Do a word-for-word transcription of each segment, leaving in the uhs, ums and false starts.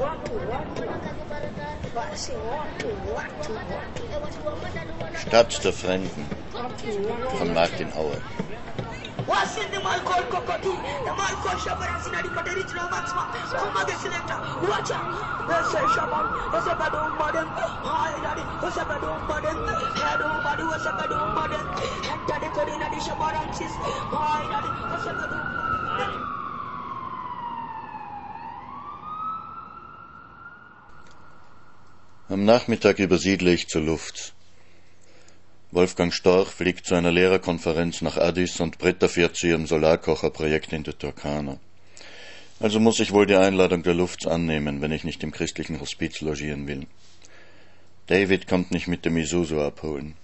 Stadt der Fremden von Martin Auer. Am Nachmittag übersiedle ich zur Luft. Wolfgang Storch fliegt zu einer Lehrerkonferenz nach Addis und Britta fährt zu ihrem Solarkocherprojekt in der Turkana. Also muss ich wohl die Einladung der Luft annehmen, wenn ich nicht im christlichen Hospiz logieren will. David kommt mich mit dem Isuzu abholen.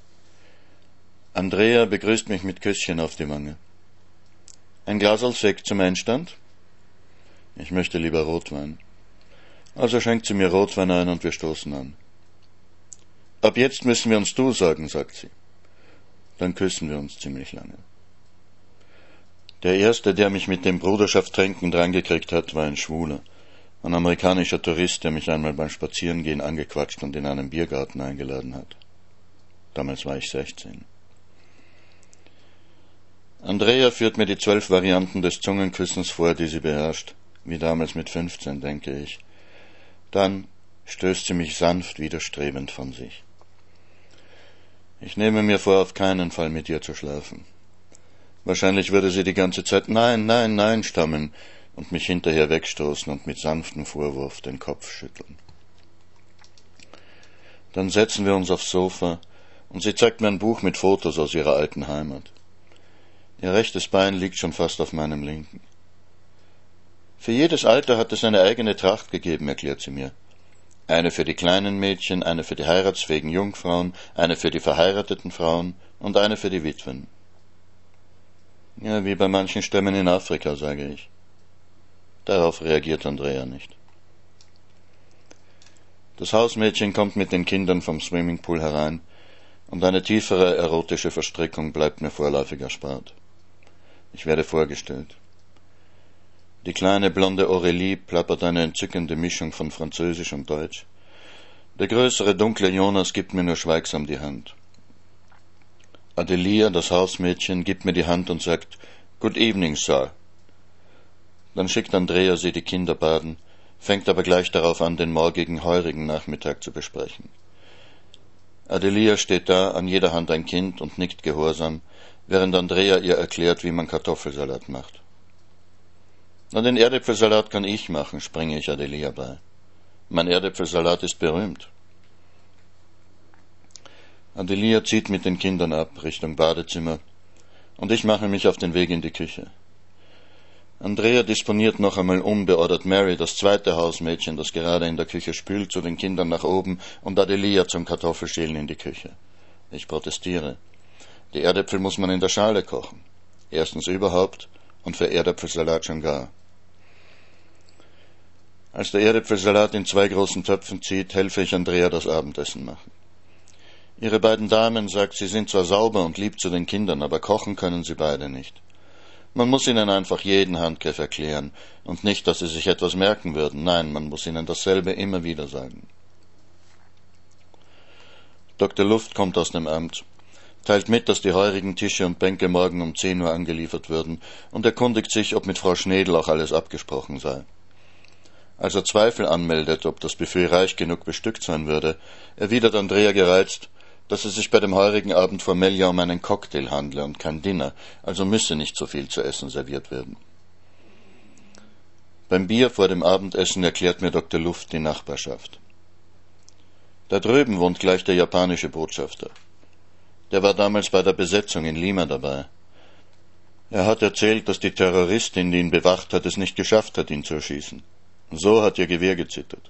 Andrea begrüßt mich mit Küsschen auf die Wange. Ein Glas Sekt zum Einstand? Ich möchte lieber Rotwein. Also schenkt sie mir Rotwein ein und wir stoßen an. Ab jetzt müssen wir uns du sagen, sagt sie. Dann küssen wir uns ziemlich lange. Der Erste, der mich mit dem Bruderschaft-Trinken drangekriegt hat, war ein Schwuler, ein amerikanischer Tourist, der mich einmal beim Spazierengehen angequatscht und in einen Biergarten eingeladen hat. Damals war ich sechzehn. Andrea führt mir die zwölf Varianten des Zungenküssens vor, die sie beherrscht, wie damals mit fünfzehn, denke ich. Dann stößt sie mich sanft widerstrebend von sich. Ich nehme mir vor, auf keinen Fall mit ihr zu schlafen. Wahrscheinlich würde sie die ganze Zeit Nein, nein, nein stammeln und mich hinterher wegstoßen und mit sanftem Vorwurf den Kopf schütteln. Dann setzen wir uns aufs Sofa und sie zeigt mir ein Buch mit Fotos aus ihrer alten Heimat. Ihr rechtes Bein liegt schon fast auf meinem linken. Für jedes Alter hat es eine eigene Tracht gegeben, erklärt sie mir. Eine für die kleinen Mädchen, eine für die heiratsfähigen Jungfrauen, eine für die verheirateten Frauen und eine für die Witwen. Ja, wie bei manchen Stämmen in Afrika, sage ich. Darauf reagiert Andrea nicht. Das Hausmädchen kommt mit den Kindern vom Swimmingpool herein und eine tiefere erotische Verstrickung bleibt mir vorläufig erspart. Ich werde vorgestellt. Die kleine blonde Aurélie plappert eine entzückende Mischung von Französisch und Deutsch. Der größere dunkle Jonas gibt mir nur schweigsam die Hand. Adelia, das Hausmädchen, gibt mir die Hand und sagt, Good evening, Sir. Dann schickt Andrea sie die Kinder baden, fängt aber gleich darauf an, den morgigen heurigen Nachmittag zu besprechen. Adelia steht da, an jeder Hand ein Kind und nickt gehorsam, während Andrea ihr erklärt, wie man Kartoffelsalat macht. Na, den Erdäpfelsalat kann ich machen, springe ich Adelia bei. Mein Erdäpfelsalat ist berühmt. Adelia zieht mit den Kindern ab, Richtung Badezimmer, und ich mache mich auf den Weg in die Küche. Andrea disponiert noch einmal um, beordert Mary, das zweite Hausmädchen, das gerade in der Küche spült, zu den Kindern nach oben und Adelia zum Kartoffelschälen in die Küche. Ich protestiere. Die Erdäpfel muss man in der Schale kochen. Erstens überhaupt und für Erdäpfelsalat schon gar. Als der Erdäpfelsalat in zwei großen Töpfen zieht, helfe ich Andrea das Abendessen machen. Ihre beiden Damen, sagt sie, sind zwar sauber und lieb zu den Kindern, aber kochen können sie beide nicht. Man muss ihnen einfach jeden Handgriff erklären und nicht, dass sie sich etwas merken würden. Nein, man muss ihnen dasselbe immer wieder sagen. Doktor Luft kommt aus dem Amt, teilt mit, dass die heurigen Tische und Bänke morgen um zehn Uhr angeliefert würden und erkundigt sich, ob mit Frau Schnedel auch alles abgesprochen sei. Als er Zweifel anmeldet, ob das Buffet reich genug bestückt sein würde, erwidert Andrea gereizt, dass es sich bei dem heurigen Abend formell ja um einen Cocktail handle und kein Dinner, also müsse nicht so viel zu essen serviert werden. Beim Bier vor dem Abendessen erklärt mir Doktor Luft die Nachbarschaft. Da drüben wohnt gleich der japanische Botschafter. Der war damals bei der Besetzung in Lima dabei. Er hat erzählt, dass die Terroristin, die ihn bewacht hat, es nicht geschafft hat, ihn zu erschießen. So hat ihr Gewehr gezittert.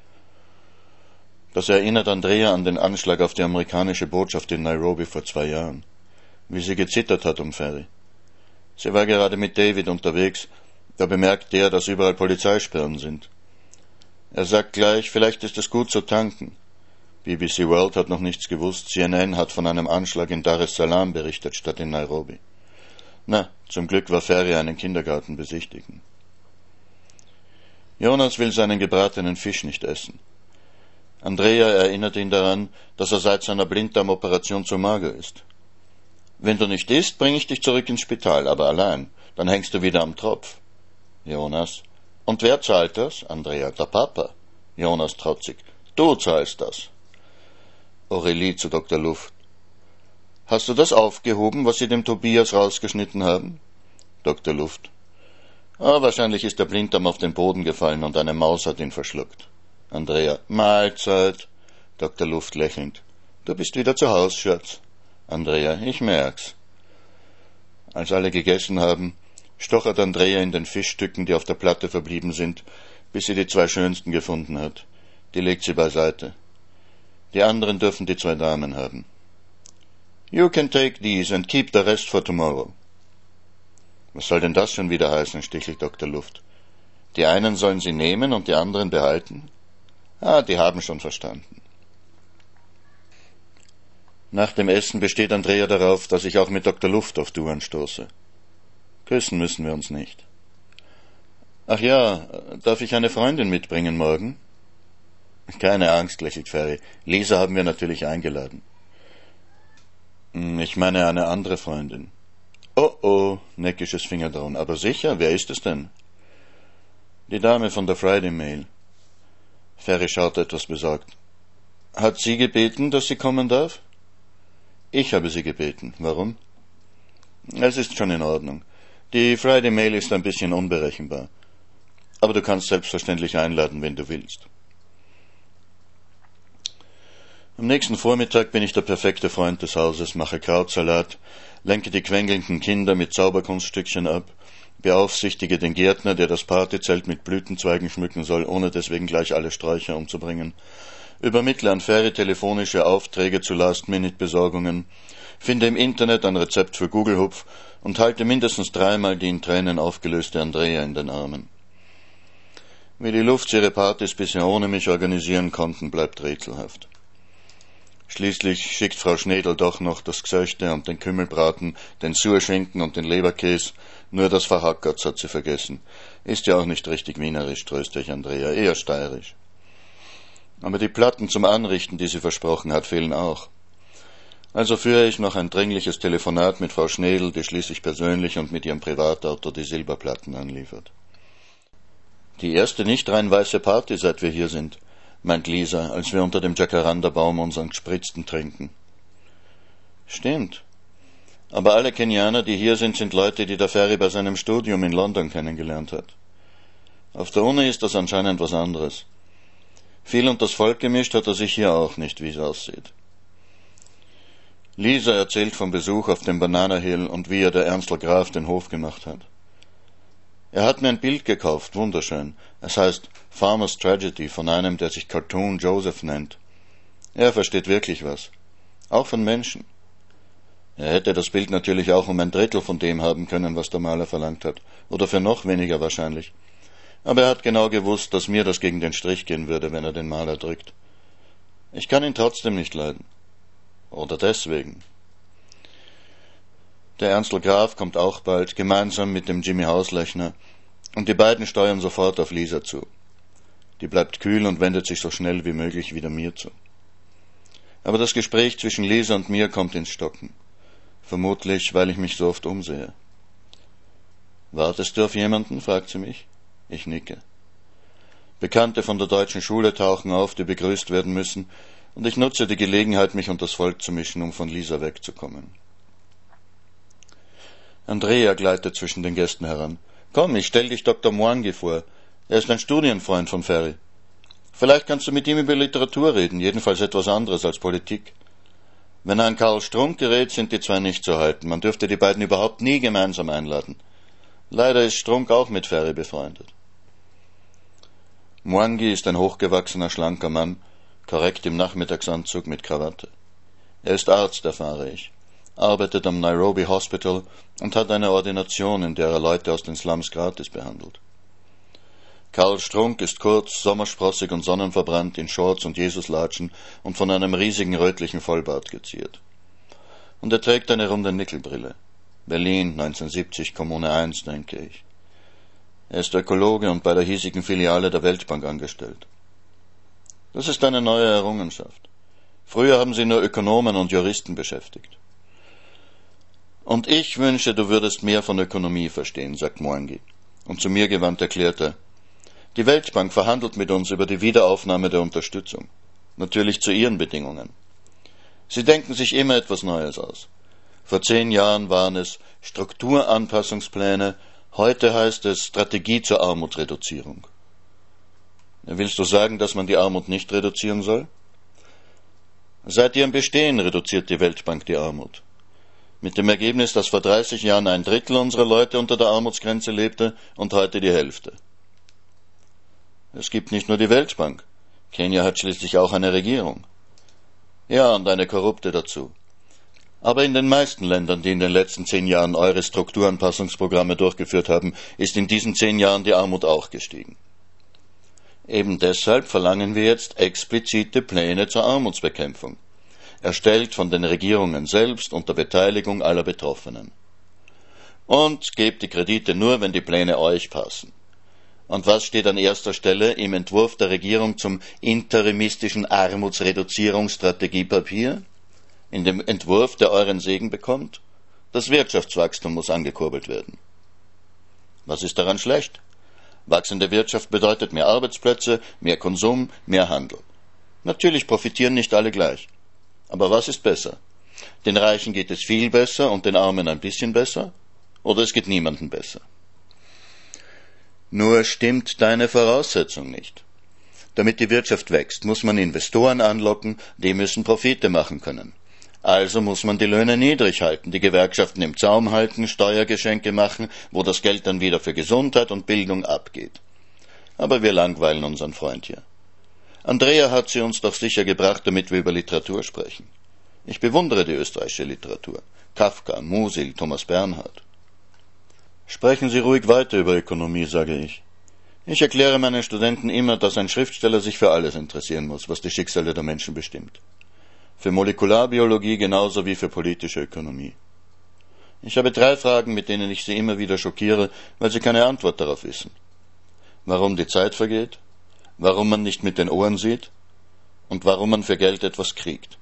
Das erinnert Andrea an den Anschlag auf die amerikanische Botschaft in Nairobi vor zwei Jahren, wie sie gezittert hat um Ferry. Sie war gerade mit David unterwegs, da bemerkt der, dass überall Polizeisperren sind. Er sagt gleich, vielleicht ist es gut zu tanken. B B C World hat noch nichts gewusst, C N N hat von einem Anschlag in Dar es Salaam berichtet, statt in Nairobi. Na, zum Glück war Ferry einen Kindergarten besichtigen. Jonas will seinen gebratenen Fisch nicht essen. Andrea erinnert ihn daran, dass er seit seiner Blinddarmoperation zu mager ist. »Wenn du nicht isst, bringe ich dich zurück ins Spital, aber allein. Dann hängst du wieder am Tropf.« Jonas: »Und wer zahlt das?« Andrea: »Der Papa.« Jonas trotzig: »Du zahlst das.« Aurelie zu Doktor Luft: »Hast du das aufgehoben, was sie dem Tobias rausgeschnitten haben?« Doktor Luft: »Ah, wahrscheinlich ist der Blinddarm auf den Boden gefallen und eine Maus hat ihn verschluckt.« Andrea: »Mahlzeit.« Doktor Luft lächelnd: »Du bist wieder zu Haus, Schatz.« Andrea: »Ich merk's.« Als alle gegessen haben, stochert Andrea in den Fischstücken, die auf der Platte verblieben sind, bis sie die zwei schönsten gefunden hat. Die legt sie beiseite. Die anderen dürfen die zwei Damen haben. »You can take these and keep the rest for tomorrow.« »Was soll denn das schon wieder heißen?« stichelt Doktor Luft. »Die einen sollen sie nehmen und die anderen behalten?« »Ah, die haben schon verstanden.« Nach dem Essen besteht Andrea darauf, dass ich auch mit Doktor Luft auf Du anstoße. Küssen müssen wir uns nicht. »Ach ja, darf ich eine Freundin mitbringen morgen?« »Keine Angst«, lächelt Ferry. »Lisa haben wir natürlich eingeladen.« »Ich meine eine andere Freundin.« »Oh oh«, neckisches Fingerdrohen. »Aber sicher, wer ist es denn?« »Die Dame von der Friday Mail.« Ferry schaut etwas besorgt. »Hat sie gebeten, dass sie kommen darf?« »Ich habe sie gebeten. Warum?« »Es ist schon in Ordnung. Die Friday Mail ist ein bisschen unberechenbar. Aber du kannst selbstverständlich einladen, wenn du willst.« Am nächsten Vormittag bin ich der perfekte Freund des Hauses, mache Krautsalat, lenke die quengelnden Kinder mit Zauberkunststückchen ab, beaufsichtige den Gärtner, der das Partyzelt mit Blütenzweigen schmücken soll, ohne deswegen gleich alle Sträucher umzubringen, übermittle an Ferry telefonische Aufträge zu Last-Minute-Besorgungen, finde im Internet ein Rezept für Gugelhupf und halte mindestens dreimal die in Tränen aufgelöste Andrea in den Armen. Wie die Lufts ihre Partys bisher ohne mich organisieren konnten, bleibt rätselhaft. Schließlich schickt Frau Schnedel doch noch das Gsöchte und den Kümmelbraten, den Surschinken und den Leberkäse, nur das Verhackerts hat sie vergessen. Ist ja auch nicht richtig wienerisch, tröste ich Andrea, eher steirisch. Aber die Platten zum Anrichten, die sie versprochen hat, fehlen auch. Also führe ich noch ein dringliches Telefonat mit Frau Schnedel, die schließlich persönlich und mit ihrem Privatauto die Silberplatten anliefert. Die erste nicht rein weiße Party, seit wir hier sind, meint Lisa, als wir unter dem Jacaranda-Baum unseren gespritzten trinken. Stimmt. Aber alle Kenianer, die hier sind, sind Leute, die der Ferry bei seinem Studium in London kennengelernt hat. Auf der Uni ist das anscheinend was anderes. Viel unters Volk gemischt hat er sich hier auch nicht, wie es aussieht. Lisa erzählt vom Besuch auf dem Banana Hill und wie ihr der Ernstl Graf den Hof gemacht hat. Er hat mir ein Bild gekauft, wunderschön. Es heißt Farmer's Tragedy von einem, der sich Cartoon Joseph nennt. Er versteht wirklich was. Auch von Menschen. Er hätte das Bild natürlich auch um ein Drittel von dem haben können, was der Maler verlangt hat. Oder für noch weniger wahrscheinlich. Aber er hat genau gewusst, dass mir das gegen den Strich gehen würde, wenn er den Maler drückt. Ich kann ihn trotzdem nicht leiden. Oder deswegen. Der Ernstl Graf kommt auch bald, gemeinsam mit dem Jimmy Hauslechner, und die beiden steuern sofort auf Lisa zu. Die bleibt kühl und wendet sich so schnell wie möglich wieder mir zu. Aber das Gespräch zwischen Lisa und mir kommt ins Stocken. Vermutlich, weil ich mich so oft umsehe. »Wartest du auf jemanden?« fragt sie mich. Ich nicke. Bekannte von der deutschen Schule tauchen auf, die begrüßt werden müssen, und ich nutze die Gelegenheit, mich unter das Volk zu mischen, um von Lisa wegzukommen. Andrea gleitet zwischen den Gästen heran. »Komm, ich stell dich Doktor Mwangi vor. Er ist ein Studienfreund von Ferry. Vielleicht kannst du mit ihm über Literatur reden, jedenfalls etwas anderes als Politik. Wenn er an Karl Strunk gerät, sind die zwei nicht zu halten. Man dürfte die beiden überhaupt nie gemeinsam einladen. Leider ist Strunk auch mit Ferry befreundet.« Mwangi ist ein hochgewachsener, schlanker Mann, korrekt im Nachmittagsanzug mit Krawatte. Er ist Arzt, erfahre ich, arbeitet am Nairobi Hospital und hat eine Ordination, in der er Leute aus den Slums gratis behandelt. Karl Strunk ist kurz, sommersprossig und sonnenverbrannt, in Shorts und Jesuslatschen und von einem riesigen rötlichen Vollbart geziert. Und er trägt eine runde Nickelbrille. Berlin, neunzehnhundertsiebzig, Kommune eins, denke ich. Er ist Ökologe und bei der hiesigen Filiale der Weltbank angestellt. Das ist eine neue Errungenschaft. Früher haben sie nur Ökonomen und Juristen beschäftigt. Und ich wünsche, du würdest mehr von Ökonomie verstehen, sagt Mwangi. Und zu mir gewandt erklärt er, die Weltbank verhandelt mit uns über die Wiederaufnahme der Unterstützung. Natürlich zu ihren Bedingungen. Sie denken sich immer etwas Neues aus. Vor zehn Jahren waren es Strukturanpassungspläne, heute heißt es Strategie zur Armutsreduzierung. Willst du sagen, dass man die Armut nicht reduzieren soll? Seit ihrem Bestehen reduziert die Weltbank die Armut. Mit dem Ergebnis, dass vor dreißig Jahren ein Drittel unserer Leute unter der Armutsgrenze lebte und heute die Hälfte. Es gibt nicht nur die Weltbank. Kenia hat schließlich auch eine Regierung. Ja, und eine korrupte dazu. Aber in den meisten Ländern, die in den letzten zehn Jahren eure Strukturanpassungsprogramme durchgeführt haben, ist in diesen zehn Jahren die Armut auch gestiegen. Eben deshalb verlangen wir jetzt explizite Pläne zur Armutsbekämpfung, erstellt von den Regierungen selbst unter Beteiligung aller Betroffenen. Und gebt die Kredite nur, wenn die Pläne euch passen. Und was steht an erster Stelle im Entwurf der Regierung zum interimistischen Armutsreduzierungsstrategiepapier? In dem Entwurf, der euren Segen bekommt? Das Wirtschaftswachstum muss angekurbelt werden. Was ist daran schlecht? Wachsende Wirtschaft bedeutet mehr Arbeitsplätze, mehr Konsum, mehr Handel. Natürlich profitieren nicht alle gleich. Aber was ist besser? Den Reichen geht es viel besser und den Armen ein bisschen besser? Oder es geht niemandem besser? Nur stimmt deine Voraussetzung nicht. Damit die Wirtschaft wächst, muss man Investoren anlocken, die müssen Profite machen können. Also muss man die Löhne niedrig halten, die Gewerkschaften im Zaum halten, Steuergeschenke machen, wo das Geld dann wieder für Gesundheit und Bildung abgeht. Aber wir langweilen unseren Freund hier. Andrea hat sie uns doch sicher gebracht, damit wir über Literatur sprechen. Ich bewundere die österreichische Literatur. Kafka, Musil, Thomas Bernhard. Sprechen Sie ruhig weiter über Ökonomie, sage ich. Ich erkläre meinen Studenten immer, dass ein Schriftsteller sich für alles interessieren muss, was die Schicksale der Menschen bestimmt. Für Molekularbiologie genauso wie für politische Ökonomie. Ich habe drei Fragen, mit denen ich Sie immer wieder schockiere, weil Sie keine Antwort darauf wissen. Warum die Zeit vergeht, warum man nicht mit den Ohren sieht und warum man für Geld etwas kriegt.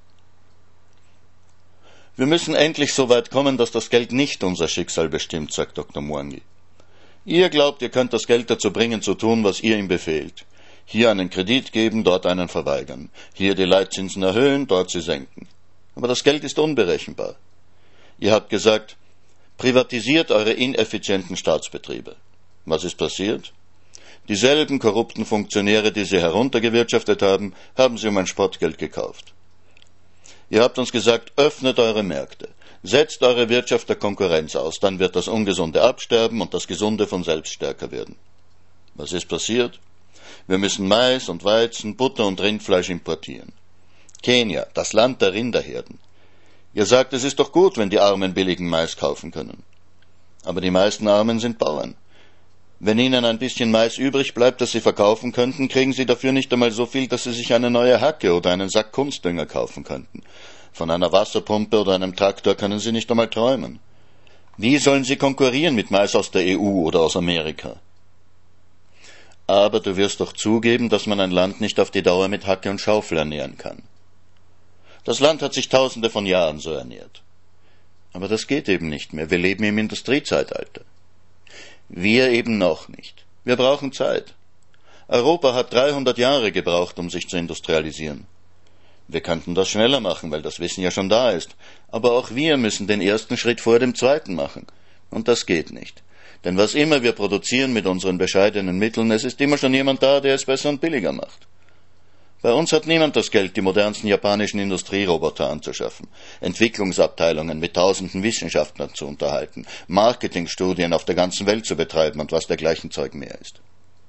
Wir müssen endlich so weit kommen, dass das Geld nicht unser Schicksal bestimmt, sagt Doktor Mwangi. Ihr glaubt, ihr könnt das Geld dazu bringen, zu tun, was ihr ihm befehlt. Hier einen Kredit geben, dort einen verweigern. Hier die Leitzinsen erhöhen, dort sie senken. Aber das Geld ist unberechenbar. Ihr habt gesagt, privatisiert eure ineffizienten Staatsbetriebe. Was ist passiert? Dieselben korrupten Funktionäre, die sie heruntergewirtschaftet haben, haben sie um ein Spottgeld gekauft. Ihr habt uns gesagt, öffnet eure Märkte, setzt eure Wirtschaft der Konkurrenz aus, dann wird das Ungesunde absterben und das Gesunde von selbst stärker werden. Was ist passiert? Wir müssen Mais und Weizen, Butter und Rindfleisch importieren. Kenia, das Land der Rinderherden. Ihr sagt, es ist doch gut, wenn die Armen billigen Mais kaufen können. Aber die meisten Armen sind Bauern. Wenn ihnen ein bisschen Mais übrig bleibt, das sie verkaufen könnten, kriegen sie dafür nicht einmal so viel, dass sie sich eine neue Hacke oder einen Sack Kunstdünger kaufen könnten. Von einer Wasserpumpe oder einem Traktor können sie nicht einmal träumen. Wie sollen sie konkurrieren mit Mais aus der E U oder aus Amerika? Aber du wirst doch zugeben, dass man ein Land nicht auf die Dauer mit Hacke und Schaufel ernähren kann. Das Land hat sich tausende von Jahren so ernährt. Aber das geht eben nicht mehr. Wir leben im Industriezeitalter. Wir eben noch nicht. Wir brauchen Zeit. Europa hat dreihundert Jahre gebraucht, um sich zu industrialisieren. Wir könnten das schneller machen, weil das Wissen ja schon da ist. Aber auch wir müssen den ersten Schritt vor dem zweiten machen. Und das geht nicht. Denn was immer wir produzieren mit unseren bescheidenen Mitteln, es ist immer schon jemand da, der es besser und billiger macht. Bei uns hat niemand das Geld, die modernsten japanischen Industrieroboter anzuschaffen, Entwicklungsabteilungen mit tausenden Wissenschaftlern zu unterhalten, Marketingstudien auf der ganzen Welt zu betreiben und was dergleichen Zeug mehr ist.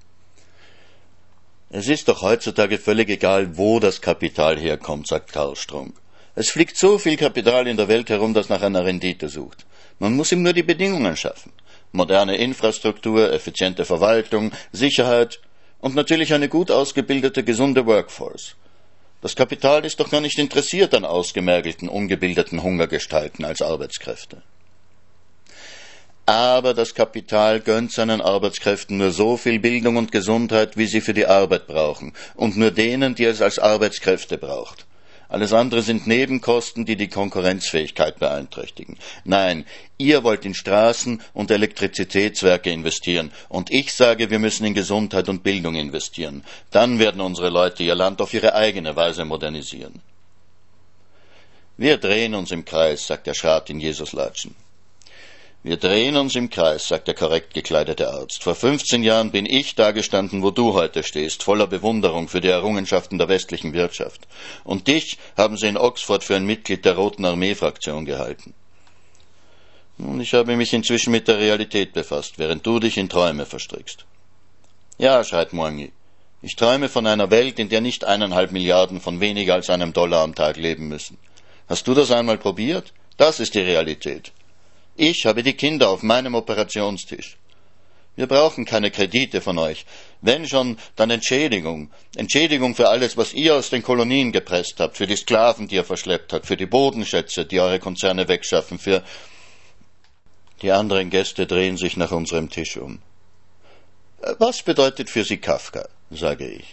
Es ist doch heutzutage völlig egal, wo das Kapital herkommt, sagt Karl Strunk. Es fliegt so viel Kapital in der Welt herum, das nach einer Rendite sucht. Man muss ihm nur die Bedingungen schaffen. Moderne Infrastruktur, effiziente Verwaltung, Sicherheit und natürlich eine gut ausgebildete, gesunde Workforce. Das Kapital ist doch gar nicht interessiert an ausgemergelten, ungebildeten Hungergestalten als Arbeitskräfte. aber das Kapital gönnt seinen Arbeitskräften nur so viel Bildung und Gesundheit, wie sie für die Arbeit brauchen, und nur denen, die es als Arbeitskräfte braucht. Alles andere sind Nebenkosten, die die Konkurrenzfähigkeit beeinträchtigen. Nein, ihr wollt in Straßen und Elektrizitätswerke investieren, und ich sage, wir müssen in Gesundheit und Bildung investieren. Dann werden unsere Leute ihr Land auf ihre eigene Weise modernisieren. Wir drehen uns im Kreis, sagt der Schrat in Jesuslatschen. Wir drehen uns im Kreis, sagt der korrekt gekleidete Arzt. Vor fünfzehn Jahren bin ich dagestanden, wo du heute stehst, voller Bewunderung für die Errungenschaften der westlichen Wirtschaft. Und dich haben sie in Oxford für ein Mitglied der Roten Armee-Fraktion gehalten. Nun, ich habe mich inzwischen mit der Realität befasst, während du dich in Träume verstrickst. Ja, schreit Mwangi, ich träume von einer Welt, in der nicht eineinhalb Milliarden von weniger als einem Dollar am Tag leben müssen. Hast du das einmal probiert? Das ist die Realität. Ich habe die Kinder auf meinem Operationstisch. Wir brauchen keine Kredite von euch. Wenn schon, dann Entschädigung. Entschädigung für alles, was ihr aus den Kolonien gepresst habt, für die Sklaven, die ihr verschleppt habt, für die Bodenschätze, die eure Konzerne wegschaffen, für... Die anderen Gäste drehen sich nach unserem Tisch um. Was bedeutet für Sie Kafka, sage ich.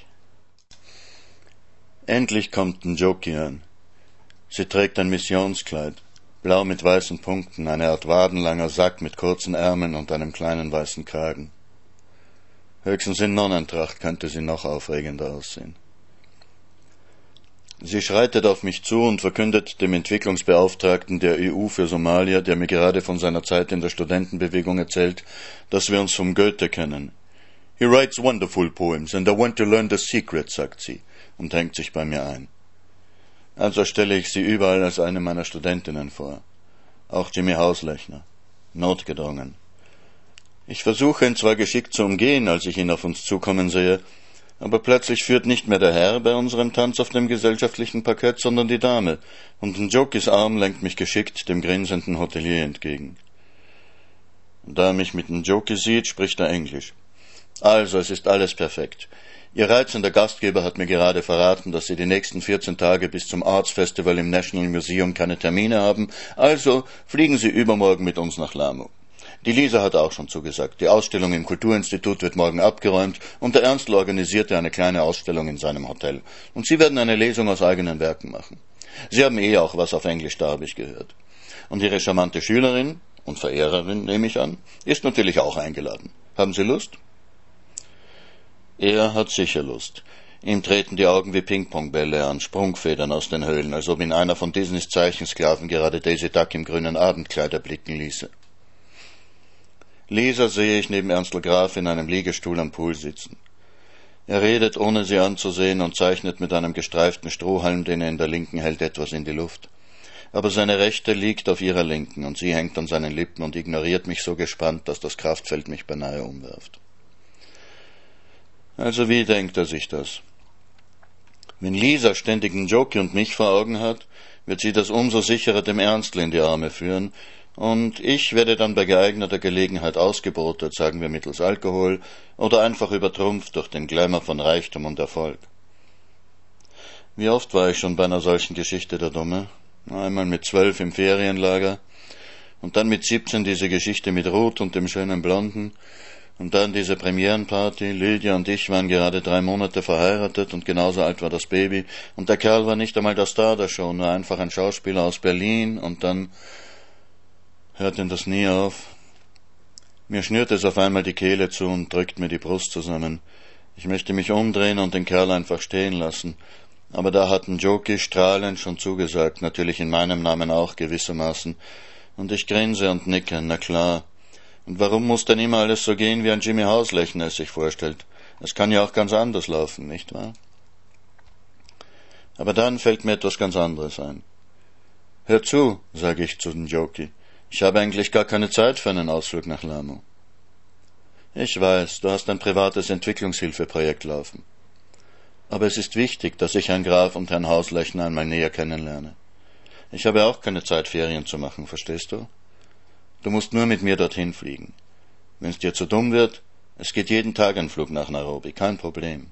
Endlich kommt Njoki an. Sie trägt ein Missionskleid. Blau mit weißen Punkten, eine Art wadenlanger Sack mit kurzen Ärmeln und einem kleinen weißen Kragen. Höchstens in Nonnentracht könnte sie noch aufregender aussehen. Sie schreitet auf mich zu und verkündet dem Entwicklungsbeauftragten der E U für Somalia, der mir gerade von seiner Zeit in der Studentenbewegung erzählt, dass wir uns vom Goethe kennen. He writes wonderful poems and I want to learn the secret, sagt sie und hängt sich bei mir ein. Also stelle ich sie überall als eine meiner Studentinnen vor. Auch Jimmy Hauslechner. Notgedrungen. Ich versuche ihn zwar geschickt zu umgehen, als ich ihn auf uns zukommen sehe, aber plötzlich führt nicht mehr der Herr bei unserem Tanz auf dem gesellschaftlichen Parkett, sondern die Dame, und Njokis Arm lenkt mich geschickt dem grinsenden Hotelier entgegen. Und da er mich mit Njoki sieht, spricht er Englisch. Also, es ist alles perfekt. Ihr reizender Gastgeber hat mir gerade verraten, dass Sie die nächsten vierzehn Tage bis zum Arts Festival im National Museum keine Termine haben, also fliegen Sie übermorgen mit uns nach Lamu. Die Lisa hat auch schon zugesagt. Die Ausstellung im Kulturinstitut wird morgen abgeräumt und der Ernstl organisierte eine kleine Ausstellung in seinem Hotel. Und Sie werden eine Lesung aus eigenen Werken machen. Sie haben eh auch was auf Englisch, da habe ich gehört. Und Ihre charmante Schülerin und Verehrerin, nehme ich an, ist natürlich auch eingeladen. Haben Sie Lust? Er hat sicher Lust. Ihm treten die Augen wie Ping-Pong-Bälle an, Sprungfedern aus den Höhlen, als ob ihn einer von Disneys Zeichensklaven gerade Daisy Duck im grünen Abendkleid erblicken ließe. Lisa sehe ich neben Ernstl Graf in einem Liegestuhl am Pool sitzen. Er redet, ohne sie anzusehen, und zeichnet mit einem gestreiften Strohhalm, den er in der linken hält, etwas in die Luft. Aber seine rechte liegt auf ihrer linken, und sie hängt an seinen Lippen und ignoriert mich so gespannt, dass das Kraftfeld mich beinahe umwirft. Also wie denkt er sich das? Wenn Lisa ständig Njoki und mich vor Augen hat, wird sie das umso sicherer dem Ernstl in die Arme führen, und ich werde dann bei geeigneter Gelegenheit ausgebrotet, sagen wir mittels Alkohol, oder einfach übertrumpft durch den Glamour von Reichtum und Erfolg. Wie oft war ich schon bei einer solchen Geschichte der Dumme? Einmal mit zwölf im Ferienlager, und dann mit siebzehn diese Geschichte mit Ruth und dem schönen Blonden, und dann diese Premierenparty. Lydia und ich waren gerade drei Monate verheiratet und genauso alt war das Baby. Und der Kerl war nicht einmal der Star der Show, nur einfach ein Schauspieler aus Berlin. Und dann hört ihn das nie auf. Mir schnürt es auf einmal die Kehle zu und drückt mir die Brust zusammen. Ich möchte mich umdrehen und den Kerl einfach stehen lassen. Aber da hat Njoki strahlend schon zugesagt, natürlich in meinem Namen auch gewissermaßen. Und ich grinse und nicke, na klar. Und warum muss denn immer alles so gehen, wie ein Jimmy Hauslechner es sich vorstellt? Es kann ja auch ganz anders laufen, nicht wahr? Aber dann fällt mir etwas ganz anderes ein. Hör zu, sage ich zu Njoki. Ich habe eigentlich gar keine Zeit für einen Ausflug nach Lamu. Ich weiß, du hast ein privates Entwicklungshilfeprojekt laufen. Aber es ist wichtig, dass ich Herrn Graf und Herrn Hauslechner einmal näher kennenlerne. Ich habe auch keine Zeit, Ferien zu machen, verstehst du? Du musst nur mit mir dorthin fliegen. Wenn es dir zu dumm wird, es geht jeden Tag ein Flug nach Nairobi, kein Problem.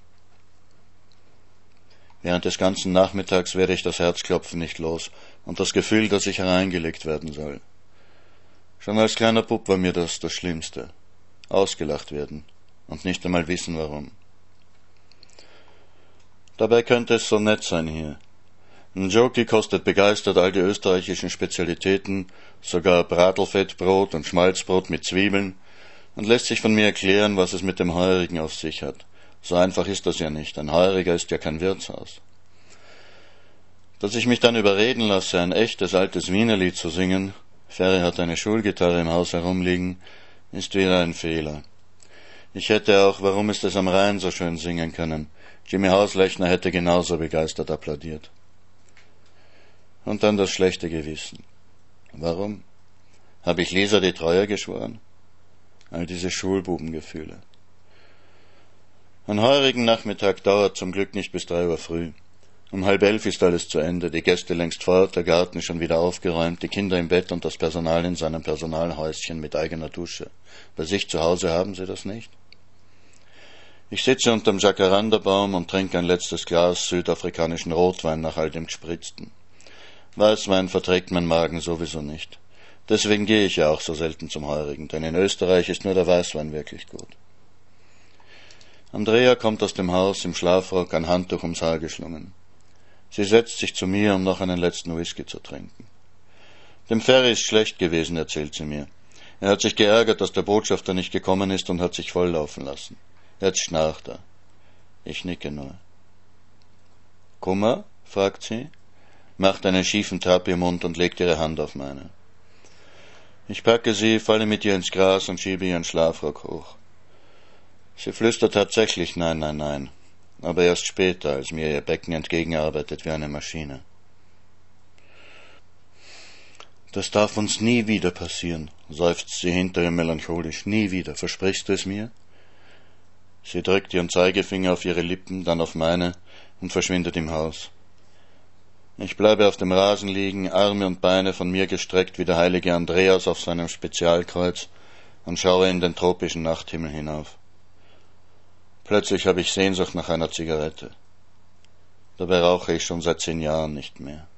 Während des ganzen Nachmittags werde ich das Herzklopfen nicht los und das Gefühl, dass ich hereingelegt werden soll. Schon als kleiner Bub war mir das das Schlimmste. Ausgelacht werden und nicht einmal wissen, warum. Dabei könnte es so nett sein hier. Njoki kostet begeistert all die österreichischen Spezialitäten, sogar Bratelfettbrot und Schmalzbrot mit Zwiebeln, und lässt sich von mir erklären, was es mit dem Heurigen auf sich hat. So einfach ist das ja nicht. Ein Heuriger ist ja kein Wirtshaus. Dass ich mich dann überreden lasse, ein echtes altes Wienerlied zu singen, Ferry hat eine Schulgitarre im Haus herumliegen, ist wieder ein Fehler. Ich hätte auch Warum ist es am Rhein so schön singen können. Jimmy Hauslechner hätte genauso begeistert applaudiert. Und dann das schlechte Gewissen. Warum? Habe ich Lisa die Treue geschworen? All diese Schulbubengefühle. Ein heurigen Nachmittag dauert zum Glück nicht bis drei Uhr früh. Um halb elf ist alles zu Ende, die Gäste längst fort, der Garten schon wieder aufgeräumt, die Kinder im Bett und das Personal in seinem Personalhäuschen mit eigener Dusche. Bei sich zu Hause haben sie das nicht? Ich sitze unterm Jacarandabaum und trinke ein letztes Glas südafrikanischen Rotwein nach all dem Gespritzten. Weißwein verträgt mein Magen sowieso nicht. Deswegen gehe ich ja auch so selten zum Heurigen, denn in Österreich ist nur der Weißwein wirklich gut. Andrea kommt aus dem Haus im Schlafrock, ein Handtuch ums Haar geschlungen. Sie setzt sich zu mir, um noch einen letzten Whisky zu trinken. Dem Ferry ist schlecht gewesen, erzählt sie mir. Er hat sich geärgert, dass der Botschafter nicht gekommen ist und hat sich volllaufen lassen. Jetzt schnarcht er. Ich nicke nur. Kummer? Fragt sie, macht einen schiefen Trab im Mund und legt ihre Hand auf meine. Ich packe sie, falle mit ihr ins Gras und schiebe ihren Schlafrock hoch. Sie flüstert tatsächlich Nein, nein, nein, aber erst später, als mir ihr Becken entgegenarbeitet wie eine Maschine. Das darf uns nie wieder passieren, seufzt sie hinter ihr melancholisch. Nie wieder, versprichst du es mir? Sie drückt ihren Zeigefinger auf ihre Lippen, dann auf meine und verschwindet im Haus. Ich bleibe auf dem Rasen liegen, Arme und Beine von mir gestreckt wie der heilige Andreas auf seinem Spezialkreuz und schaue in den tropischen Nachthimmel hinauf. Plötzlich habe ich Sehnsucht nach einer Zigarette. Dabei rauche ich schon seit zehn Jahren nicht mehr.